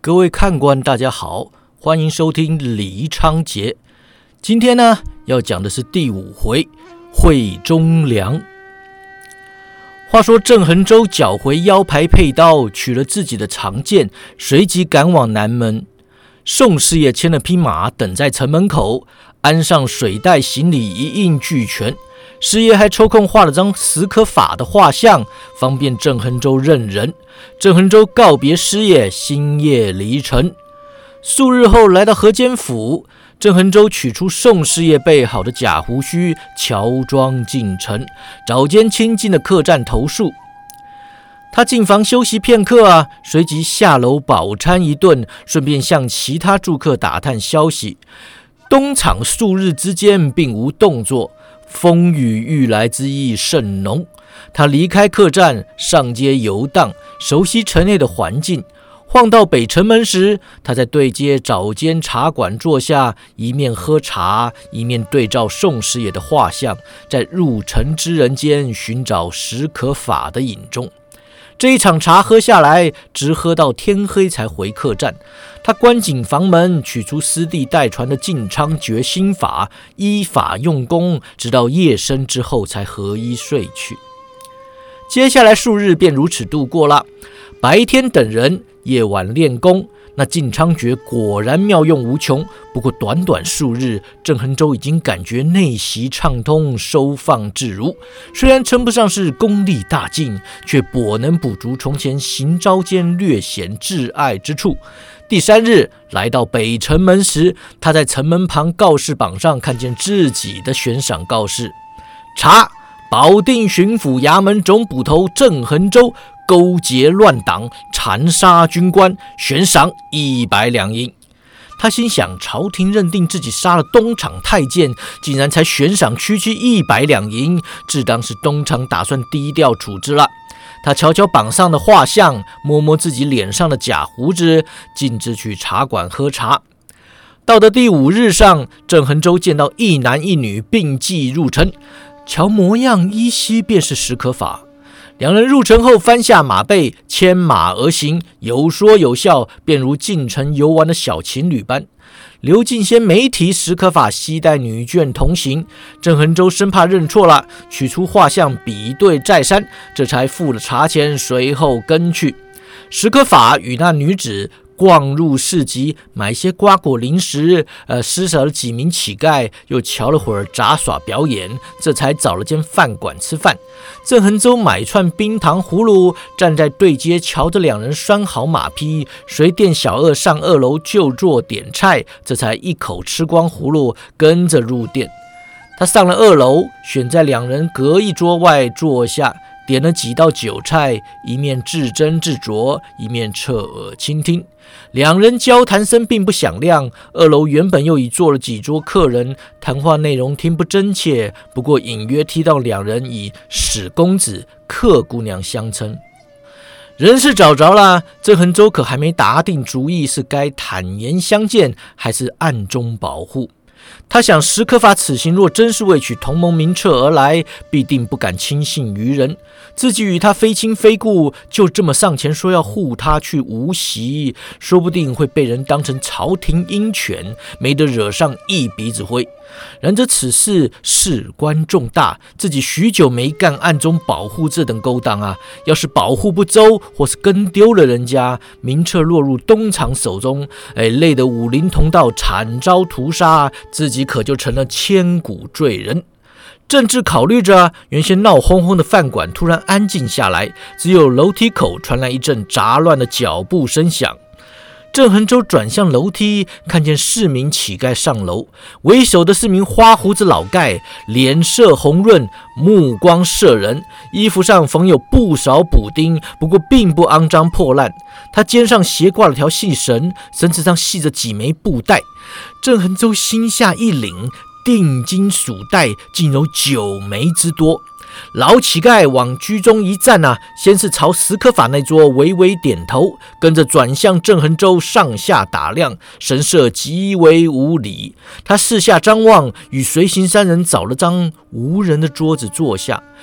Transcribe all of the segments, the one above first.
各位看官大家好，欢迎收听李昌杰。今天呢要讲的是第5回会忠良。话说郑恒州缴回腰牌佩刀，取了自己的长剑，随即赶往南门。宋师爷牵了匹马等在城门口，安上水袋行李一应俱全。师爷还抽空画了张史可法的画像，方便郑恒州认人。郑恒州告别师爷，星夜离城。数日后来到河间府，郑恒州取出宋师爷备好的假胡须，乔装进城，找间清静的客栈投宿。他进房休息片刻随即下楼饱餐一顿，顺便向其他住客打探消息。东厂数日之间并无动作，风雨欲来之意甚浓。他离开客栈，上街游荡，熟悉城内的环境。晃到北城门时，他在对街找间茶馆坐下，一面喝茶，一面对照宋师爷的画像，在入城之人间寻找史可法的影踪。这一场茶喝下来，直喝到天黑才回客栈。他关紧房门，取出师弟代传的晋昌诀心法，依法用功，直到夜深之后才合衣睡去。接下来数日便如此度过了，白天等人，夜晚练功。那晋昌诀果然妙用无穷，不过短短数日，郑恒州已经感觉内息畅通，收放自如。虽然称不上是功力大进，却颇能补足从前行招间略显挚爱之处。第3日来到北城门时，他在城门旁告示榜上看见自己的悬赏告示：查保定巡抚衙门总捕头郑恒州勾结乱党，残杀军官，悬赏100两银。他心想，朝廷认定自己杀了东厂太监，竟然才悬赏区100两银，自当是东厂打算低调处置了。他瞧瞧榜上的画像，摸摸自己脸上的假胡子，径自去茶馆喝茶。到了第5日上，郑恒州见到一男一女并骑入城，瞧模样依稀便是史可法。两人入城后翻下马背，牵马而行，有说有笑，便如进城游玩的小情侣般。刘进先没提史可法携带女眷同行，郑恒州生怕认错了，取出画像比对再三，这才付了茶钱，随后跟去。史可法与那女子逛入市集，买些瓜果零食，施舍了几名乞丐，又瞧了会儿杂耍表演，这才找了间饭馆吃饭。郑恒州买串冰糖葫芦，站在对街瞧着两人拴好马匹，随店小二上2楼就坐点菜，这才一口吃光葫芦，跟着入店。他上了2楼，选在两人隔一桌外坐下，点了几道酒菜，一面自斟自酌，一面侧耳倾听。两人交谈声并不响亮，2楼原本又已坐了几桌客人，谈话内容听不真切，不过隐约提到两人以史公子、客姑娘相称。人是找着了，郑恒州可还没打定主意，是该坦言相见，还是暗中保护。他想，史可法此行若真是为取同盟名册而来，必定不敢轻信于人。自己与他非亲非故，就这么上前说要护他去无锡，说不定会被人当成朝廷鹰犬，没得惹上一鼻子灰。然则此事事关重大，自己许久没干暗中保护这等勾当要是保护不周，或是跟丢了人家，名册落入东厂手中，累得武林同道惨遭屠杀，自己可就成了千古罪人。正自考虑着，原先闹哄哄的饭馆突然安静下来，只有楼梯口传来一阵杂乱的脚步声响。郑恒州转向楼梯，看见4名乞丐上楼，为首的是名花胡子老丐，脸色红润，目光摄人，衣服上缝有不少补丁，不过并不肮脏破烂。他肩上斜挂了条细绳，绳子上系着几枚布带。郑恒州心下一凛，定睛数带，竟有9枚之多。老乞丐往居中一站先是朝史可法那桌微微点头，跟着转向郑恒州上下打量，神色极为无礼。他四下张望，与随行3人找了张无人的桌子坐下。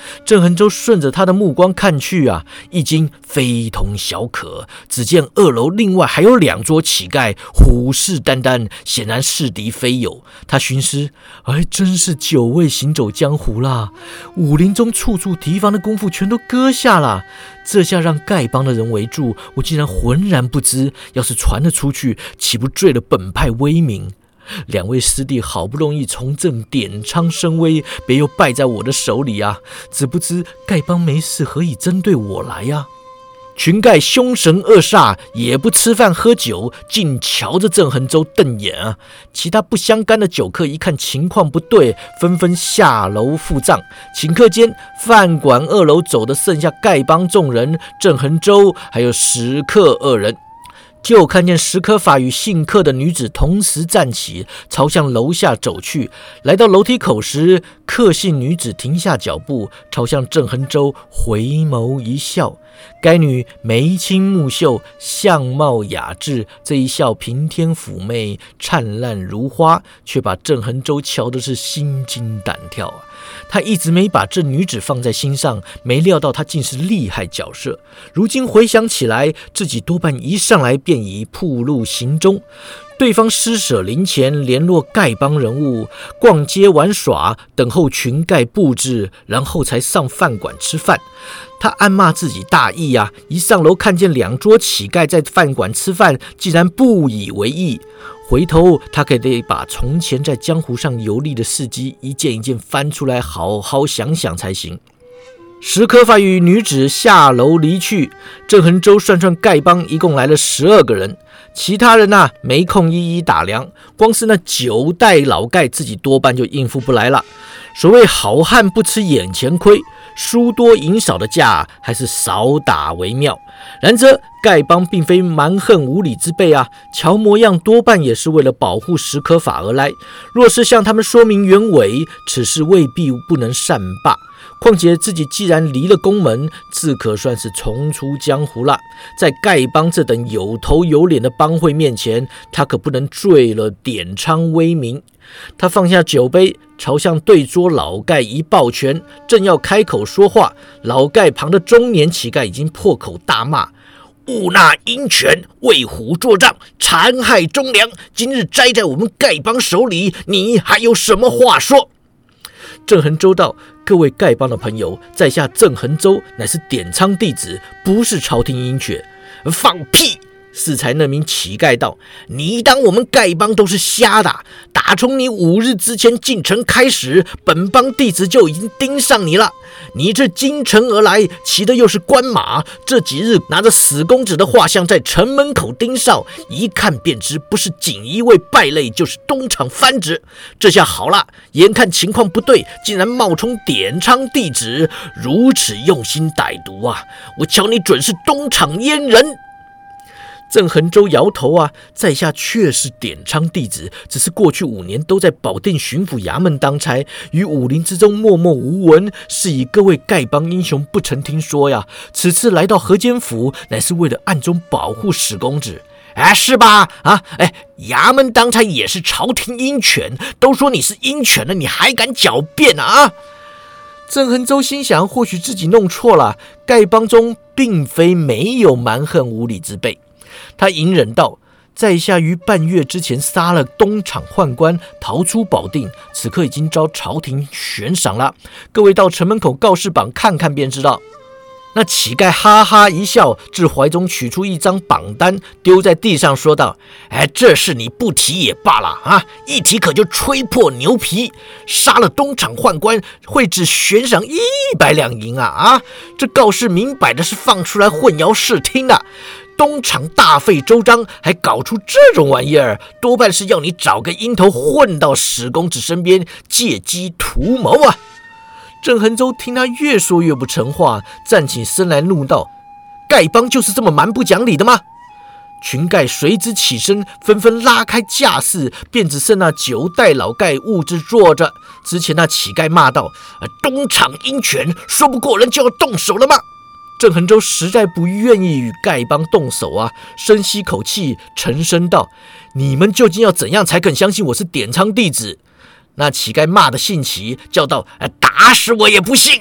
郑恒洲顺着他的目光看去啊，一经非同小可。只见2楼另外还有2桌乞丐，虎视眈眈，显然是敌非友。他寻思，真是久未行走江湖啦！武林中处处提防的功夫全都搁下了，这下让丐帮的人围住，我竟然浑然不知。要是传了出去，岂不坠了本派威名？2位师弟好不容易从政点苍声威，别又败在我的手里啊！只不知丐帮没事，何以针对我来啊？群丐凶神恶煞，也不吃饭喝酒，竟瞧着郑恒洲瞪眼啊！其他不相干的酒客一看情况不对，纷纷下楼付账。顷刻间，饭馆2楼走的剩下丐帮众人、郑恒洲还有食客2人。就看见石科法与姓客的女子同时站起，朝向楼下走去。来到楼梯口时，客姓女子停下脚步，朝向郑恒洲回眸一笑。该女眉清目秀，相貌雅致，这一笑平添妩媚，灿烂如花，却把郑恒洲瞧的是心惊胆跳啊！他一直没把这女子放在心上，没料到她竟是厉害角色。如今回想起来，自己多半一上来便已暴露行踪。对方施舍零钱，联络丐帮人物，逛街玩耍，等候群丐布置，然后才上饭馆吃饭。他暗骂自己大意啊！一上楼看见2桌乞丐在饭馆吃饭，竟然不以为意。回头他可得把从前在江湖上游历的事迹一件一件翻出来，好好想想才行。石科法与女子下楼离去，郑恒洲算算丐帮一共来了12个人，其他人没空一一打量，光是那9代老丐自己多半就应付不来了。所谓好汉不吃眼前亏，输多赢少的架还是少打为妙。然则丐帮并非蛮横无理之辈啊，瞧模样多半也是为了保护石科法而来。若是向他们说明原委，此事未必不能善罢。况且自己既然离了宫门，自可算是重出江湖了。在丐帮这等有头有脸的帮会面前，他可不能坠了点苍威名。他放下酒杯，朝向对桌老丐一抱拳，正要开口说话，老丐旁的中年乞丐已经破口大骂：勿纳鹰犬，为虎作伥，残害忠良，今日栽在我们丐帮手里，你还有什么话说？郑恒洲道：各位丐帮的朋友，在下郑恒洲乃是点苍弟子，不是朝廷鹰犬。放屁！适才那名乞丐道：你当我们丐帮都是瞎的？打从你5日之前进城开始，本帮弟子就已经盯上你了。你这京城而来，骑的又是官马，这几日拿着死公子的画像在城门口盯梢，一看便知不是锦衣卫败类，就是东厂番子。这下好了，眼看情况不对，竟然冒充点苍弟子，如此用心歹毒啊！我瞧你准是东厂阉人。郑恒洲摇头啊，在下确是点苍弟子，只是过去5年都在保定巡抚衙门当差，于武林之中默默无闻，是以各位丐帮英雄不曾听说呀。此次来到河间府，乃是为了暗中保护史公子。是吧？衙门当差也是朝廷鹰犬，都说你是鹰犬了，你还敢狡辩啊？郑恒洲心想，或许自己弄错了，丐帮中并非没有蛮横无理之辈。他隐忍道：在下于半月之前杀了东厂宦官，逃出保定，此刻已经遭朝廷悬赏了。各位到城门口告示榜看看便知道。那乞丐哈哈一笑，自怀中取出一张榜单，丢在地上说道：这事你不提也罢了啊，一提可就吹破牛皮。杀了东厂宦官，会只悬赏100两银啊！这告示明摆的是放出来混淆视听的。东厂大费周章，还搞出这种玩意儿，多半是要你找个阴头混到史公子身边，借机图谋啊！郑恒洲听他越说越不成话，站起身来怒道：丐帮就是这么蛮不讲理的吗？群丐随之起身，纷纷拉开架势，便只剩那9代老丐兀自坐着。之前那乞丐骂道：东厂鹰犬，说不过人就要动手了吗？郑恒洲实在不愿意与丐帮动手啊，深吸口气，沉声道：你们究竟要怎样才肯相信我是点苍弟子？那乞丐骂得兴起，叫道：打死我也不信！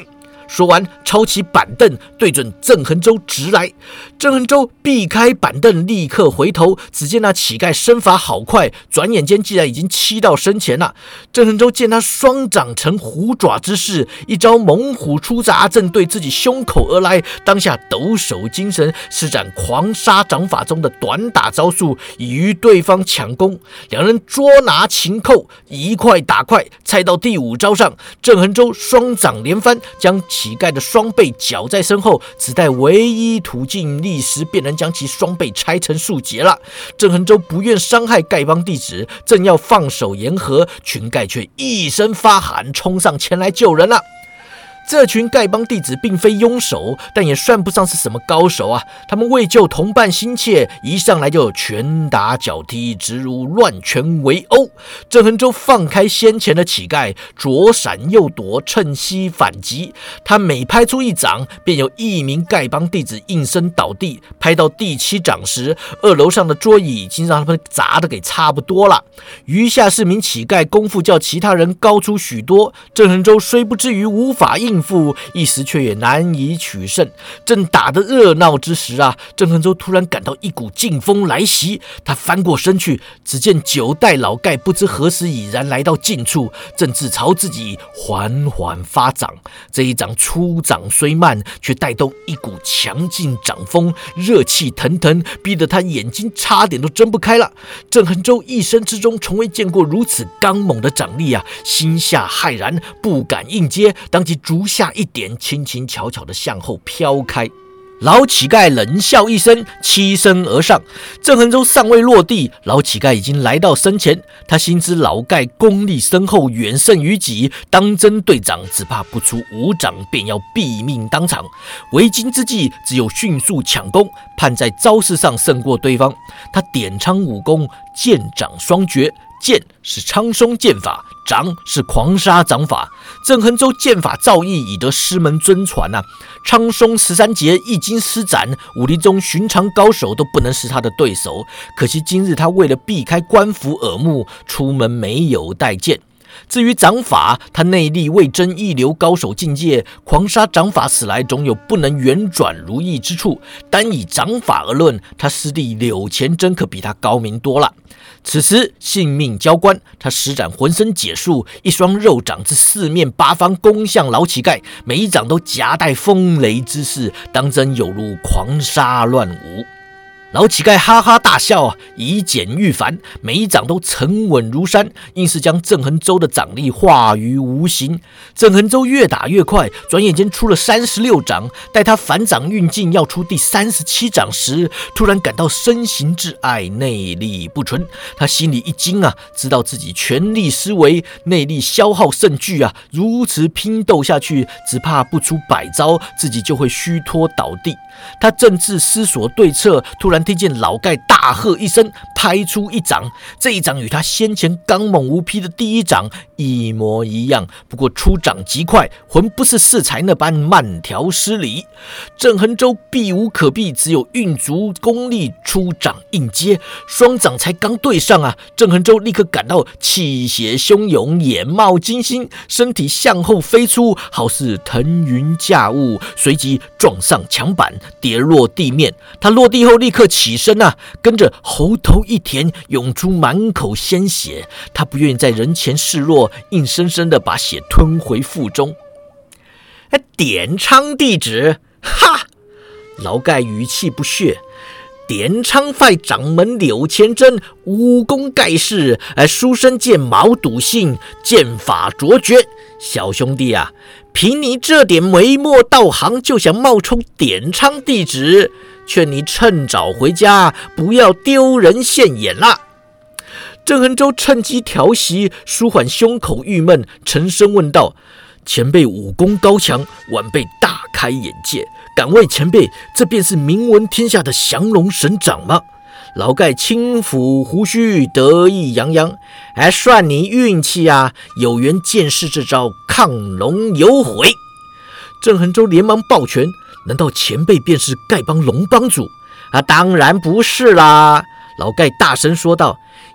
说完，抄起板凳，对准郑恒洲直来。郑恒洲避开板凳，立刻回头，只见那乞丐身法好快，转眼间竟然已经欺到身前了。郑恒洲见他双掌成虎爪之势，一招猛虎出闸，正对自己胸口而来，当下抖擞精神，施展狂杀掌法中的短打招数，以与对方抢攻。两人捉拿擒扣，一块打块，猜到第5招上，郑恒洲双掌连翻，将乞丐的双背绞在身后，只待唯一途径，立时便能将其双背拆成数截了。郑恒洲不愿伤害丐帮弟子，正要放手言和，群丐却一声发喊，冲上前来救人了。这群丐帮弟子并非庸手，但也算不上是什么高手啊。他们为救同伴心切，一上来就拳打脚踢，直如乱拳围殴。郑恒洲放开先前的乞丐，左闪右躲，趁机反击。他每拍出一掌，便有一名丐帮弟子应声倒地。拍到第7掌时，2楼上的桌椅已经让他们砸得给差不多了。余下4名乞丐功夫较其他人高出许多，郑恒洲虽不至于无法应付，一时却也难以取胜。正打得热闹之时啊，郑恒洲突然感到一股劲风来袭，他翻过身去，只见9代老丐不知何时已然来到近处，正自朝自己缓缓发掌。这一掌出掌虽慢，却带动一股强劲掌风，热气腾腾，逼得他眼睛差点都睁不开了。郑恒洲一生之中从未见过如此刚猛的掌力啊，心下骇然，不敢应接，当即足下一点，轻轻巧巧地向后飘开。老乞丐冷笑一声，欺身而上。郑恒洲尚未落地，老乞丐已经来到身前。他心知老丐功力深厚，远胜于己，当真对掌，只怕不出5掌便要毙命当场。为今之计，只有迅速抢攻，盼在招式上胜过对方。他点昌武功剑掌双绝，剑是苍松剑法，掌是狂杀掌法。郑恒洲剑法造诣已得师门尊传啊，苍松13节一经施展，武林中寻常高手都不能是他的对手。可惜今日他为了避开官府耳目，出门没有带剑。至于掌法，他内力未臻一流高手境界，狂杀掌法使来总有不能圆转如意之处。单以掌法而论，他师弟柳前真可比他高明多了。此时性命交关，他施展浑身解数，一双肉掌自4面8方攻向老乞丐，每一掌都夹带风雷之势，当真有如狂杀乱舞。老乞丐哈哈大笑啊，以简驭繁，每一掌都沉稳如山，硬是将郑恒洲的掌力化于无形。郑恒洲越打越快，转眼间出了36掌。待他反掌运尽，要出第37掌时，突然感到身形滞碍，内力不纯。他心里一惊啊，知道自己全力施为，内力消耗甚巨啊，如此拼斗下去，只怕不出100招，自己就会虚脱倒地。他正自思索对策，突然听见老丐大喝一声，拍出一掌。这一掌与他先前刚猛无匹的第1掌一模一样，不过出掌极快，浑不是适才那般慢条斯理。郑恒洲避无可避，只有运足功力出掌应接。双掌才刚对上啊，郑恒洲立刻感到气血汹涌，眼冒金星，身体向后飞出，好似腾云驾雾，随即撞上墙板，跌落地面。他落地后立刻起身啊，跟着喉头一甜，涌出满口鲜血。他不愿意在人前示弱，硬生生的把血吞回腹中。点昌弟子，哈！老丐语气不屑。点昌派掌门柳前真武功盖世，书生剑毛笃信，剑法卓绝。小兄弟啊，凭你这点微末道行，就想冒充点昌弟子，劝你趁早回家，不要丢人现眼啦。郑恒洲趁机调息，舒缓胸口郁闷，沉声问道：前辈武功高强，晚辈大开眼界，敢问前辈，这便是名闻天下的降龙神掌吗？老丐轻抚胡须，得意洋洋：算你运气啊，有缘见识这招亢龙有悔。郑恒洲连忙抱拳：难道前辈便是丐帮龙帮主？当然不是啦。老丐大声说道：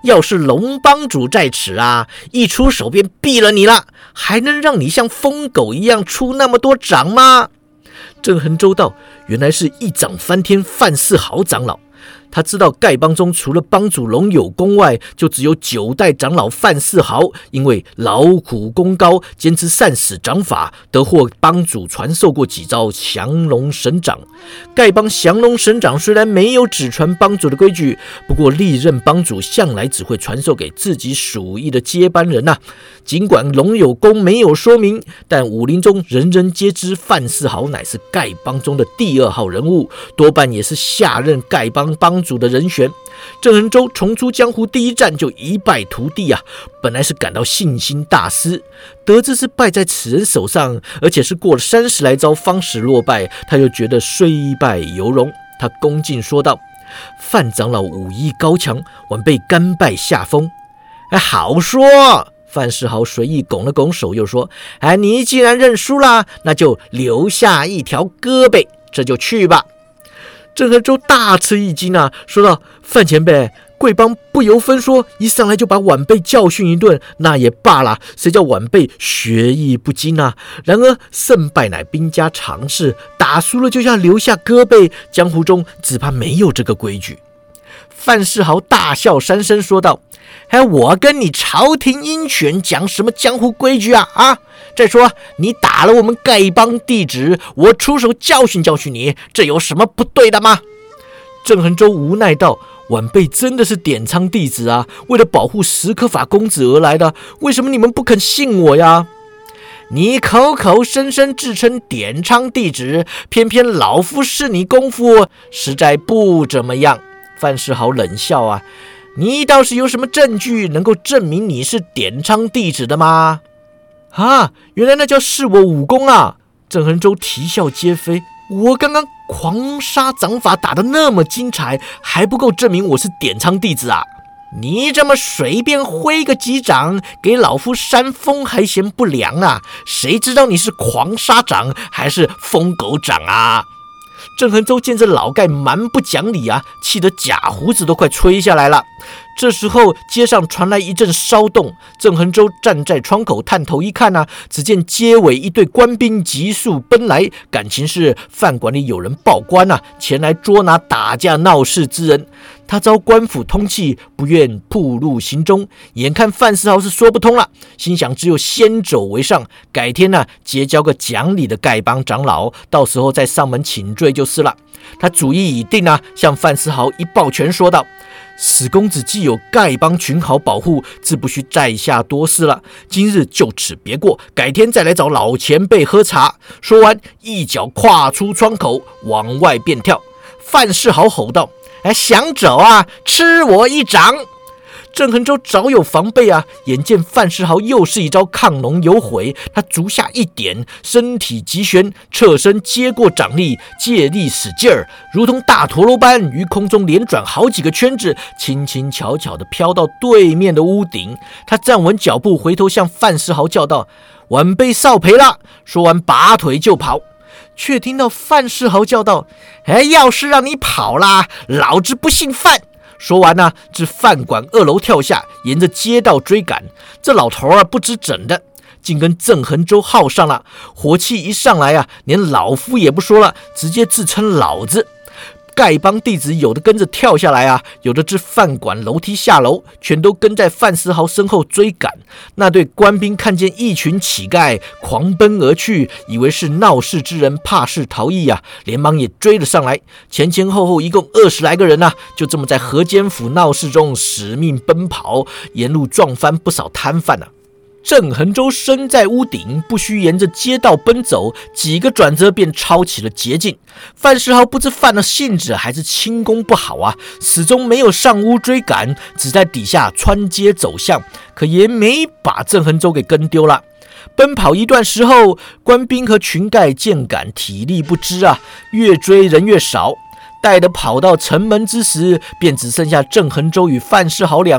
要是龙帮主在此啊，一出手便毙了你了，还能让你像疯狗一样出那么多掌吗？郑恒州道：原来是一掌翻天范世豪长老。他知道丐帮中除了帮主龙有功外，就只有9代长老范世豪，因为劳苦功高，坚持善使掌法，得获帮主传授过几招降龙神掌。丐帮降龙神掌虽然没有只传帮主的规矩，不过历任帮主向来只会传授给自己属意的接班人啊。尽管龙有功没有说明，但武林中人人皆知范世豪乃是丐帮中的第2号人物，多半也是下任丐帮帮主的人选。郑恒州重出江湖第一战就一败涂地啊，本来是感到信心大失，得知是败在此人手上，而且是过了30来招方始落败，他又觉得虽败犹荣。他恭敬说道：范长老武艺高强，晚辈甘拜下风。好说。范世豪随意拱了拱手，又说：你既然认输了，那就留下一条胳膊，这就去吧。郑恒州大吃一惊啊，说道：范前辈，贵帮不由分说，一上来就把晚辈教训一顿，那也罢了，谁叫晚辈学艺不精啊？然而胜败乃兵家常事，打输了就要留下胳膊，江湖中只怕没有这个规矩。范世豪大笑三声说道：我跟你朝廷鹰犬讲什么江湖规矩啊？再说你打了我们丐帮弟子，我出手教训教训你，这有什么不对的吗？郑恒州无奈道：晚辈真的是点苍弟子啊，为了保护石可法公子而来的，为什么你们不肯信我呀？你口口声声自称点苍弟子，偏偏老夫试你功夫，实在不怎么样。范世豪冷笑啊：你倒是有什么证据能够证明你是点苍弟子的吗？原来那叫试我武功啊！郑恒州啼笑皆非，我刚刚狂杀掌法打得那么精彩，还不够证明我是点苍弟子啊！你这么随便挥个几掌，给老夫扇风还嫌不凉啊？谁知道你是狂杀掌还是疯狗掌啊？郑恒州见这老丐蛮不讲理啊，气得假胡子都快吹下来了。这时候街上传来一阵骚动，郑恒州站在窗口探头一看啊，只见街尾一队官兵急速奔来，感情是饭馆里有人报官啊，前来捉拿打架闹事之人。他遭官府通缉，不愿暴露行踪，眼看范世豪是说不通了，心想只有先走为上，改天结交个讲理的丐帮长老，到时候再上门请罪就是了。他主意已定啊，向范世豪一抱拳说道：史公子既有丐帮群豪保护，自不需在下多事了。今日就此别过，改天再来找老前辈喝茶。说完，一脚跨出窗口，往外便跳。范世豪吼道：想走啊，吃我一掌！郑恒州早有防备啊，眼见范世豪又是一招亢龙有悔，他足下一点，身体急旋，侧身接过掌力，借力使劲儿，如同大陀螺般于空中连转好几个圈子，轻轻巧巧地飘到对面的屋顶。他站稳脚步，回头向范世豪叫道：晚辈少赔了！说完拔腿就跑。却听到范世豪叫道：要是让你跑啦，老子不姓范！说完自饭馆2楼跳下，沿着街道追赶。这老头不知怎的，竟跟郑恒州耗上了，火气一上来连老夫也不说了，直接自称老子。丐帮弟子有的跟着跳下来有的至饭馆楼梯下楼，全都跟在范世豪身后追赶。那对官兵看见一群乞丐狂奔而去，以为是闹事之人，怕事逃逸连忙也追了上来。前前后后一共20来个人就这么在河间府闹事中死命奔跑，沿路撞翻不少摊贩郑恒州身在屋顶，不需沿着街道奔走，几个转折便抄起了捷径。范世豪不知犯了性子还是轻功不好始终没有上屋追赶，只在底下穿街走巷，可也没把郑恒州给跟丢了。奔跑一段时候，官兵和群丐渐感体力不支越追人越少。待得跑到城门之时，便只剩下郑恒州与范世豪2人。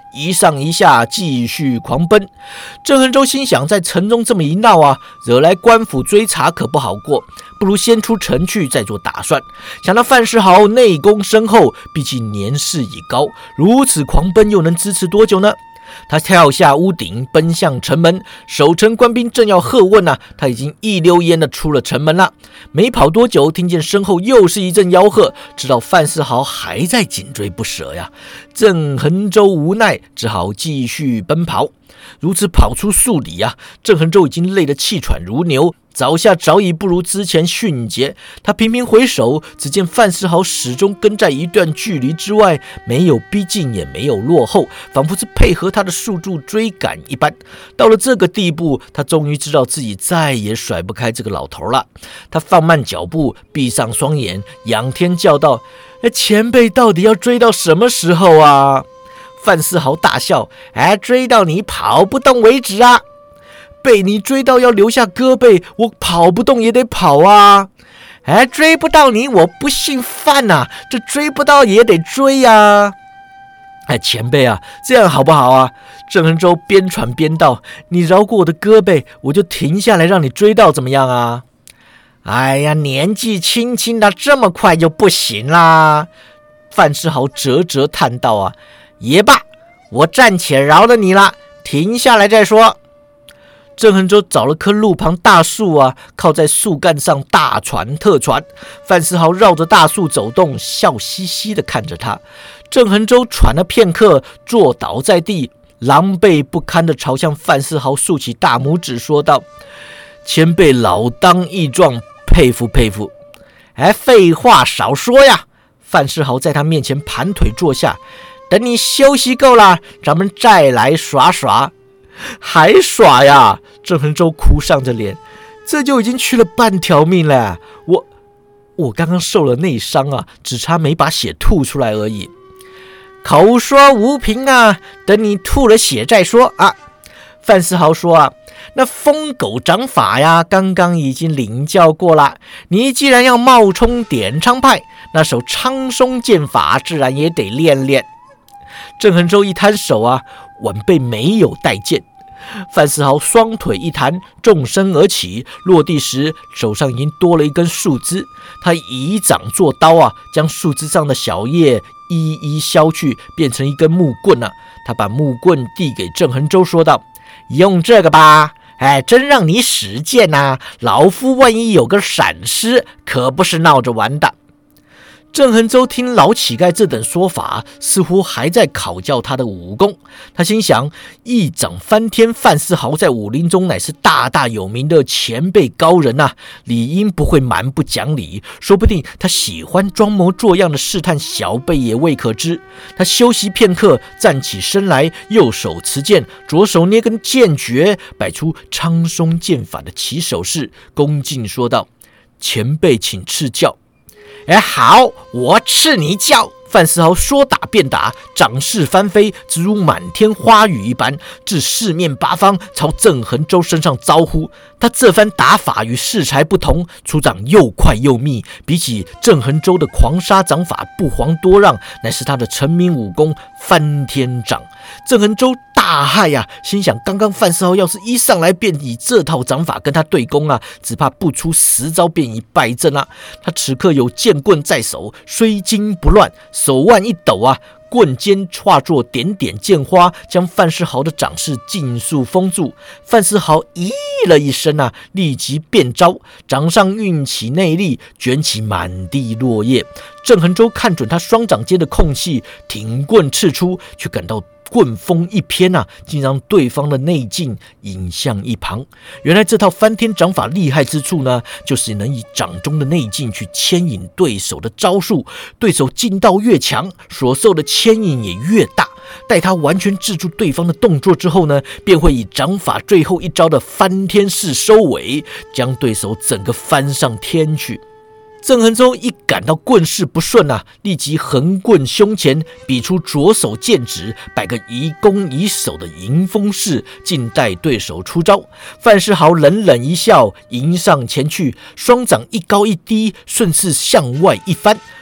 一上一下继续狂奔。郑恒洲心想，在城中这么一闹啊，惹来官府追查可不好过，不如先出城去再做打算。想到范世豪内功深厚，毕竟年事已高，如此狂奔又能支持多久呢？他跳下屋顶，奔向城门。守城官兵正要喝问他已经一溜烟的出了城门了。没跑多久，听见身后又是一阵吆喝，知道范世豪还在紧追不舍呀。郑恒洲无奈，只好继续奔跑。如此跑出数里郑恒洲已经累得气喘如牛，脚下早已不如之前迅捷。他频频回首，只见范世豪始终跟在一段距离之外，没有逼近也没有落后，仿佛是配合他的速度追赶一般。到了这个地步，他终于知道自己再也甩不开这个老头了。他放慢脚步，闭上双眼，仰天叫道：前辈到底要追到什么时候啊？范世豪大笑：追到你跑不动为止啊！被你追到要留下胳膊，我跑不动也得跑啊！追不到你，我不姓范这追不到也得追啊！前辈这样好不好啊？郑恒洲边喘边道：你饶过我的胳膊，我就停下来让你追到，怎么样啊？年纪轻轻的，这么快就不行啦！范世豪啧啧叹道也罢，我暂且饶了你了，停下来再说。郑恒洲找了棵路旁大树靠在树干上大喘特喘。范世豪绕着大树走动，笑嘻嘻地看着他。郑恒洲喘了片刻，坐倒在地，狼狈不堪地朝向范世豪竖起大拇指说道：前辈老当益壮，佩服佩服。废话少说呀！范世豪在他面前盘腿坐下，等你休息够了，咱们再来耍耍。还耍呀？郑恒洲哭丧着脸，这就已经去了半条命了。我刚刚受了内伤只差没把血吐出来而已。口说无凭等你吐了血再说范世豪说那疯狗掌法刚刚已经领教过了，你既然要冒充点苍派，那手苍松剑法自然也得练练。郑恒洲一摊手晚辈没有带剑。范世豪双腿一弹，纵身而起，落地时手上已经多了一根树枝。他以掌做刀将树枝上的小叶一一削去，变成一根木棍他把木棍递给郑恒洲，说道：用这个吧。真让你使剑老夫万一有个闪失，可不是闹着玩的。郑恒洲听老乞丐这等说法，似乎还在考教他的武功。他心想，一掌翻天范世豪在武林中乃是大大有名的前辈高人理应不会蛮不讲理，说不定他喜欢装模作样的试探小辈也未可知。他休息片刻，站起身来，右手持剑，左手捏根剑诀，摆出苍松剑法的起手式，恭敬说道：前辈请赐教。好，我赐你教。范世豪说打便打，掌势翻飞，直如满天花雨一般，至四面八方朝郑恒洲身上招呼。他这番打法与适才不同，出掌又快又密，比起郑恒洲的狂杀掌法不遑多让，乃是他的成名武功翻天掌。郑恒洲大骇心想刚刚范世豪要是一上来便以这套掌法跟他对攻只怕不出10招便已败阵他此刻有剑棍在手，虽惊不乱，手腕一抖棍尖化作点点剑花，将范世豪的掌势尽数封住。范世豪咦了一声立即变招，掌上运起内力，卷起满地落叶。郑恒洲看准他双掌间的空隙，挺棍刺出，却感到棍锋一偏竟让对方的内劲引向一旁。原来这套翻天掌法厉害之处就是能以掌中的内劲去牵引对手的招数，对手劲道越强，所受的牵引也越大。待他完全制住对方的动作之后便会以掌法最后一招的翻天式收尾，将对手整个翻上天去。郑恒洲一感到棍势不顺立即横棍胸前，比出左手剑指，摆个移攻移守的迎风式，静待对手出招。范世豪冷冷一笑，迎上前去，双掌一高一低，顺势向外一翻，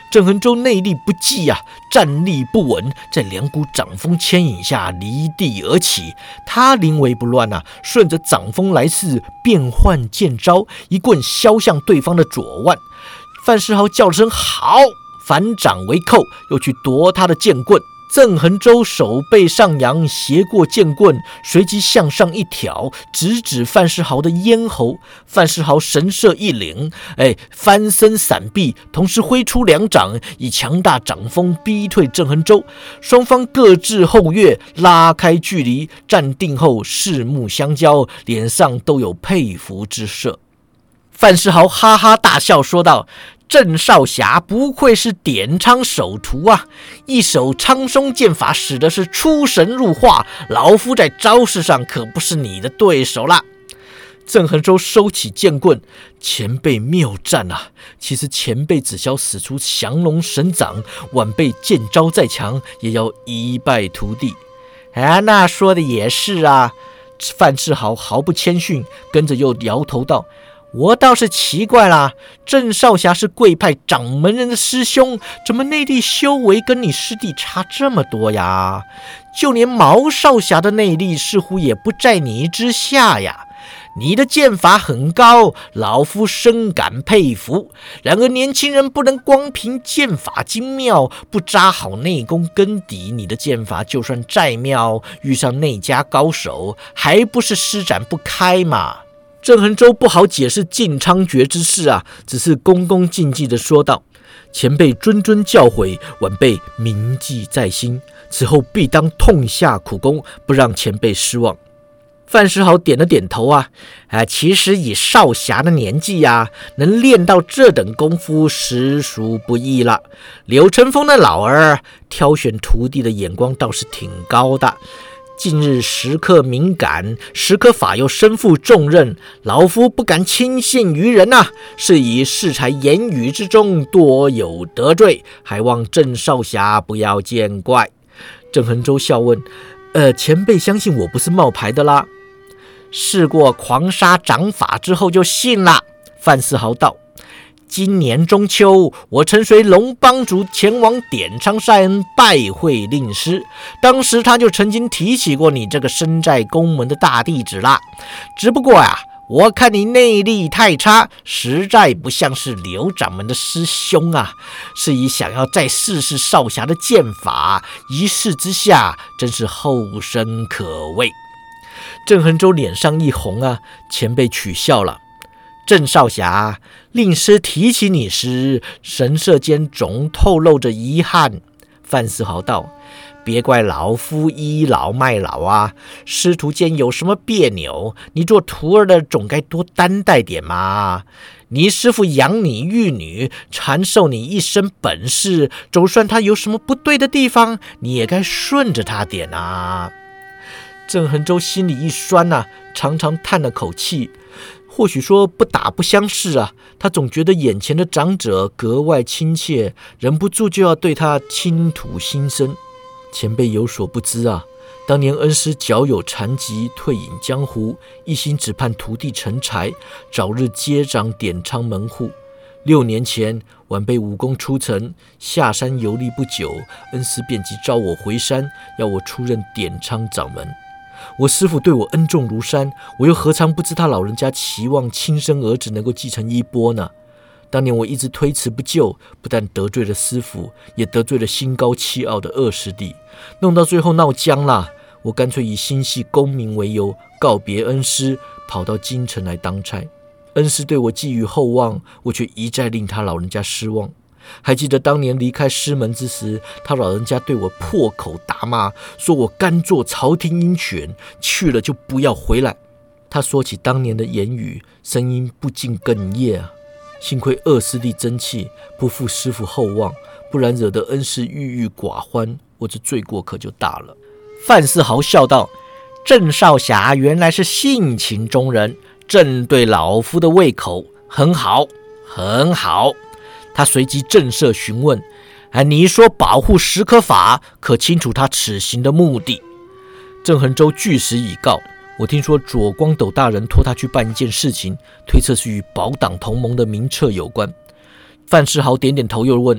郑恒洲内力不济啊，站立不稳，在两股掌风牵引下离地而起。他临危不乱啊，顺着掌风来势，变换剑招，一棍削向对方的左腕。范世豪叫了声好，反掌为扣，又去夺他的剑棍。郑恒洲手背上扬，斜过剑棍，随即向上一挑，直指范世豪的咽喉。范世豪神色一凛，翻身闪避，同时挥出两掌，以强大掌风逼退郑恒洲。双方各自后跃，拉开距离，站定后四目相交，脸上都有佩服之色。范世豪哈哈大笑说道：郑少侠不愧是点苍首徒啊，一手苍松剑法使的是出神入化，老夫在招式上可不是你的对手啦。郑恒洲收起剑棍，前辈妙战啊！其实前辈只消使出降龙神掌，晚辈剑招再强，也要一败涂地。那说的也是啊。范世豪毫不谦逊，跟着又摇头道：我倒是奇怪啦，郑少侠是贵派掌门人的师兄，怎么内力修为跟你师弟差这么多呀？就连毛少侠的内力似乎也不在你之下呀。你的剑法很高，老夫深感佩服。然而年轻人不能光凭剑法精妙，不扎好内功根底，你的剑法就算再妙，遇上内家高手，还不是施展不开嘛？郑恒洲不好解释晋昌诀之事啊，只是恭恭敬敬地说道：前辈谆谆教诲，晚辈铭记在心，此后必当痛下苦功，不让前辈失望。范世豪点了点头啊，其实以少侠的年纪啊，能练到这等功夫实属不易了。柳成风的老儿挑选徒弟的眼光倒是挺高的。近日时刻敏感，时刻法又身负重任，老夫不敢轻信于人啊，是以适才言语之中多有得罪，还望郑少侠不要见怪。郑恒洲笑问：前辈相信我不是冒牌的啦？试过狂杀掌法之后就信了。范世豪道：今年中秋，我曾随龙帮主前往点苍山拜会令师，当时他就曾经提起过你这个身在宫门的大弟子啦。只不过我看你内力太差，实在不像是刘掌门的师兄啊，是以想要再试试少侠的剑法，一试之下真是后生可畏。郑恒洲脸上一红啊，前辈取笑了。郑少侠，令师提起你时，神色间总透露着遗憾。范世豪道：别怪老夫倚老卖老啊，师徒间有什么别扭，你做徒儿的总该多担待点嘛。你师父养你育女，传授你一身本事，就算他有什么不对的地方，你也该顺着他点啊。郑恒洲心里一酸啊，长长叹了口气。或许说不打不相识啊，他总觉得眼前的长者格外亲切，忍不住就要对他倾吐心声。前辈有所不知啊，当年恩师脚有残疾，退隐江湖，一心只盼徒弟成才，早日接掌点苍门户。6年前，晚辈武功出尘，下山游历不久，恩师便即召我回山，要我出任点苍掌门。我师父对我恩重如山，我又何尝不知他老人家期望亲生儿子能够继承衣钵呢？当年我一直推辞不就，不但得罪了师父，也得罪了心高气傲的二师弟，弄到最后闹僵了。我干脆以心系功名为由，告别恩师，跑到京城来当差。恩师对我寄予厚望，我却一再令他老人家失望。还记得当年离开师门之时，他老人家对我破口大骂，说我甘做朝廷鹰犬，去了就不要回来。他说起当年的言语，声音不禁哽咽啊。幸亏二师弟争气，不负师父厚望，不然惹得恩师郁郁寡欢，我这罪过可就大了。范世豪笑道：郑少侠原来是性情中人，正对老夫的胃口，很好很好。他随即正色询问：你说保护石可法，可清楚他此行的目的？郑恒洲据实以告：我听说左光斗大人托他去办一件事情，推测是与保党同盟的名册有关。范世豪点点头，又问：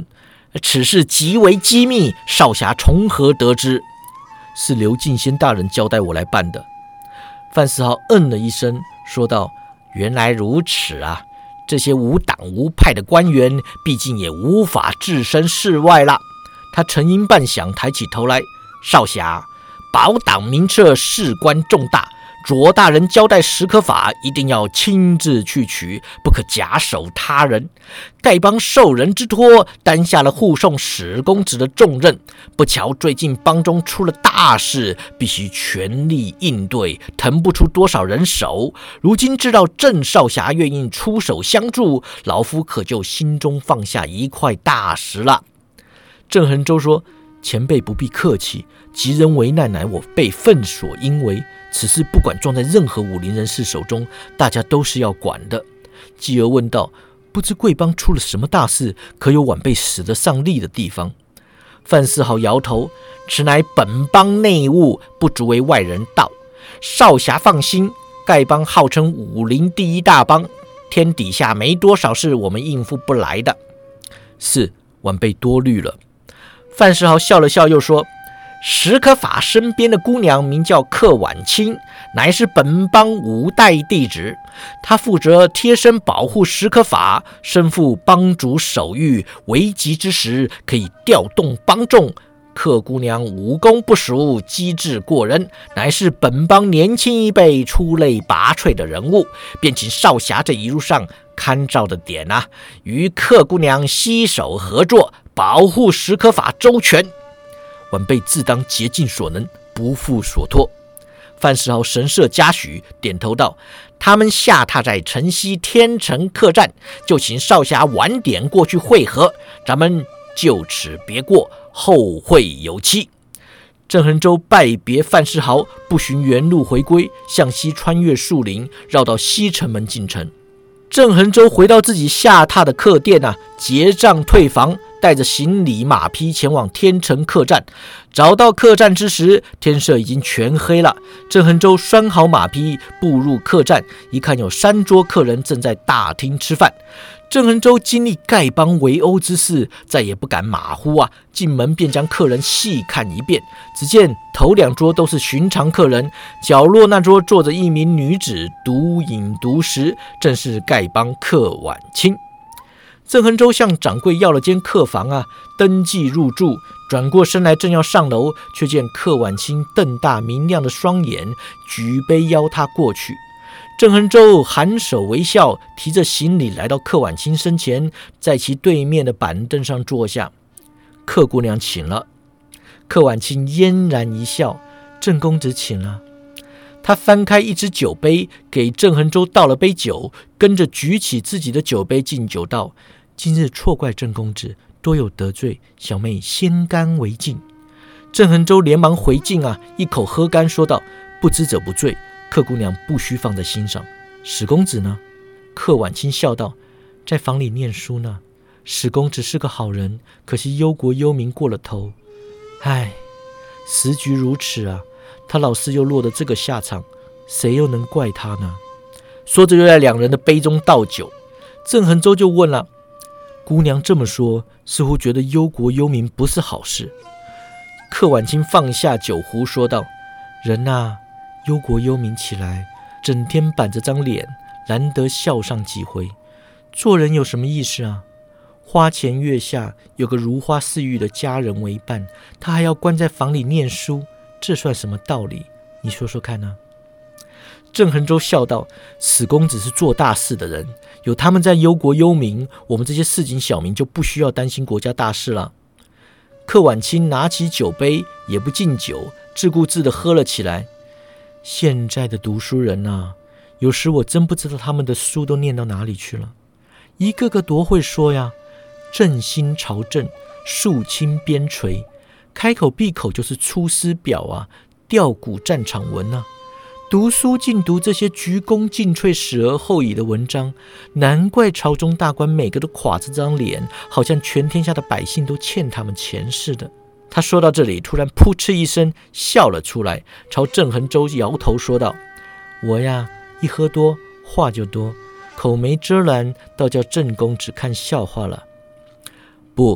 此事极为机密，少侠从何得知？是刘敬先大人交代我来办的。范思豪嗯了一声，说道：原来如此啊，这些无党无派的官员，毕竟也无法置身事外了。他沉吟半晌，抬起头来：少侠，保党名册事关重大，卓大人交代史可法一定要亲自去取，不可假手他人。丐帮受人之托，担下了护送史公子的重任。不巧最近帮中出了大事，必须全力应对，腾不出多少人手。如今知道郑少侠愿意出手相助，老夫可就心中放下一块大石了。郑恒洲说：前辈不必客气，急人为难乃我辈分所应为，此事不管撞在任何武林人士手中，大家都是要管的。继而问道：不知贵帮出了什么大事，可有晚辈使得上力的地方？范思豪摇头：此乃本帮内务，不足为外人道。少侠放心，丐帮号称武林第一大帮，天底下没多少事我们应付不来的。是，晚辈多虑了。范世豪笑了笑，又说：史可法身边的姑娘名叫柯婉清，乃是本帮五代弟子，她负责贴身保护史可法，身负帮主手谕，危急之时可以调动帮众。柯姑娘武功不俗，机智过人，乃是本帮年轻一辈出类拔萃的人物，便请少侠这一路上看照的点啊，与柯姑娘携手合作，保护史可法周全。晚辈自当竭尽所能，不负所托。范世豪神色嘉许，点头道：他们下榻在城西天成客栈，就请少侠晚点过去会合，咱们就此别过，后会有期。郑恒洲拜别范世豪，不循原路回归，向西穿越树林，绕到西城门进城。郑恒洲回到自己下榻的客店结账退房，带着行李马匹前往天成客栈。找到客栈之时，天色已经全黑了。郑恒洲拴好马匹，步入客栈，一看有3桌客人正在大厅吃饭。郑恒洲经历丐帮围殴之事，再也不敢马虎进门便将客人细看一遍。只见头2桌都是寻常客人，角落那桌坐着一名女子，独饮独食，正是丐帮柯婉清。郑恒洲向掌柜要了间客房登记入住，转过身来正要上楼，却见柯婉清瞪大明亮的双眼，举杯邀他过去。郑恒洲含手微笑，提着行李来到柯婉清身前，在其对面的板凳上坐下。柯姑娘请了。柯婉清嫣然一笑：郑公子请了。他翻开一只酒杯，给郑恒洲倒了杯酒，跟着举起自己的酒杯敬酒道：今日错怪郑公子，多有得罪，小妹先干为敬。郑恒洲连忙回敬一口喝干，说道：不知者不罪，柯姑娘不需放在心上。史公子呢？柯婉清笑道：在房里念书呢。史公子是个好人，可惜忧国忧民过了头。唉，时局如此他老师又落得这个下场，谁又能怪他呢？说着又在2人的杯中倒酒。郑恒洲就问了：姑娘这么说，似乎觉得忧国忧民不是好事。柯婉清放下酒壶说道：人忧国忧民起来，整天板着张脸，难得笑上几回。做人有什么意思花前月下有个如花似玉的家人为伴，他还要关在房里念书，这算什么道理？你说说看郑恒洲笑道：史公子是做大事的人，有他们在忧国忧民，我们这些市井小民就不需要担心国家大事了。柯婉清拿起酒杯，也不敬酒，自顾自地喝了起来。现在的读书人有时我真不知道他们的书都念到哪里去了，一个个多会说呀，振兴朝政，肃清边陲，开口闭口就是出师表吊古战场文读书尽读这些鞠躬尽瘁死而后已的文章，难怪朝中大官每个都垮着这张脸，好像全天下的百姓都欠他们钱似的。他说到这里，突然噗嗤一声笑了出来，朝郑恒洲摇头说道：我一喝多话就多，口没遮拦，倒叫郑公子看笑话了。不，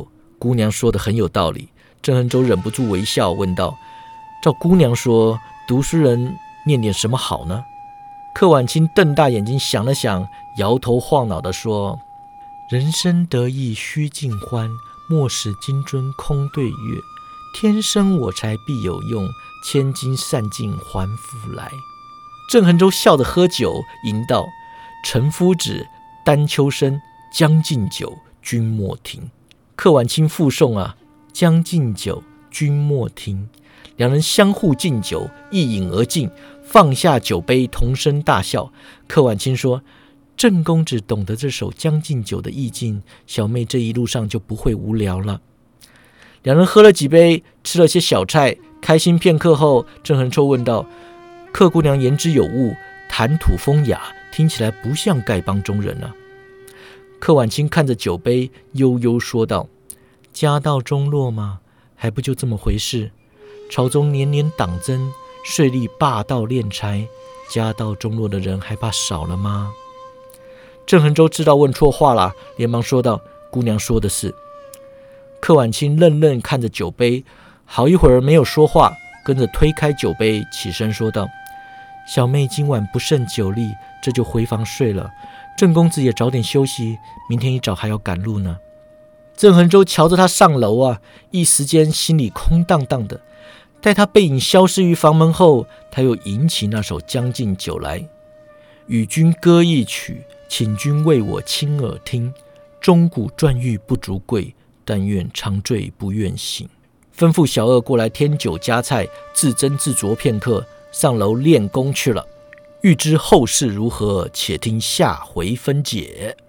姑娘说的很有道理。郑恒洲忍不住微笑，问道：照姑娘说，读书人念点什么好呢？柯婉清瞪大眼睛想了想，摇头晃脑地说：人生得意须尽欢，莫使金樽空对月。天生我材必有用，千金散尽还复来。郑恒洲笑着喝酒，吟道：岑夫子，丹丘生，将进酒，君莫停。柯婉清附送啊，将进酒，君莫停。两人相互敬酒，一饮而尽，放下酒杯，同声大笑。柯婉清说：郑公子懂得这首《将进酒》的意境，小妹这一路上就不会无聊了。两人喝了几杯，吃了些小菜，开心片刻后，郑恒洲问道：柯姑娘言之有物，谈吐风雅，听起来不像丐帮中人啊。柯婉清看着酒杯，悠悠说道：家道中落嘛，还不就这么回事？朝中年年党争，税吏霸道敛财，家道中落的人还怕少了吗？郑恒洲知道问错话了，连忙说道：姑娘说的是。柯婉清愣愣看着酒杯，好一会儿没有说话，跟着推开酒杯，起身说道：小妹今晚不胜酒力，这就回房睡了。郑公子也早点休息，明天一早还要赶路呢。郑恒洲瞧着他上楼啊，一时间心里空荡荡的。待他背影消失于房门后，他又吟起那首《将进酒》来：与君歌一曲，请君为我倾耳听。钟鼓馔玉不足贵，但愿长醉不愿醒。吩咐小二过来添酒加菜，自斟自酌片刻，上楼练功去了。欲知后事如何，且听下回分解。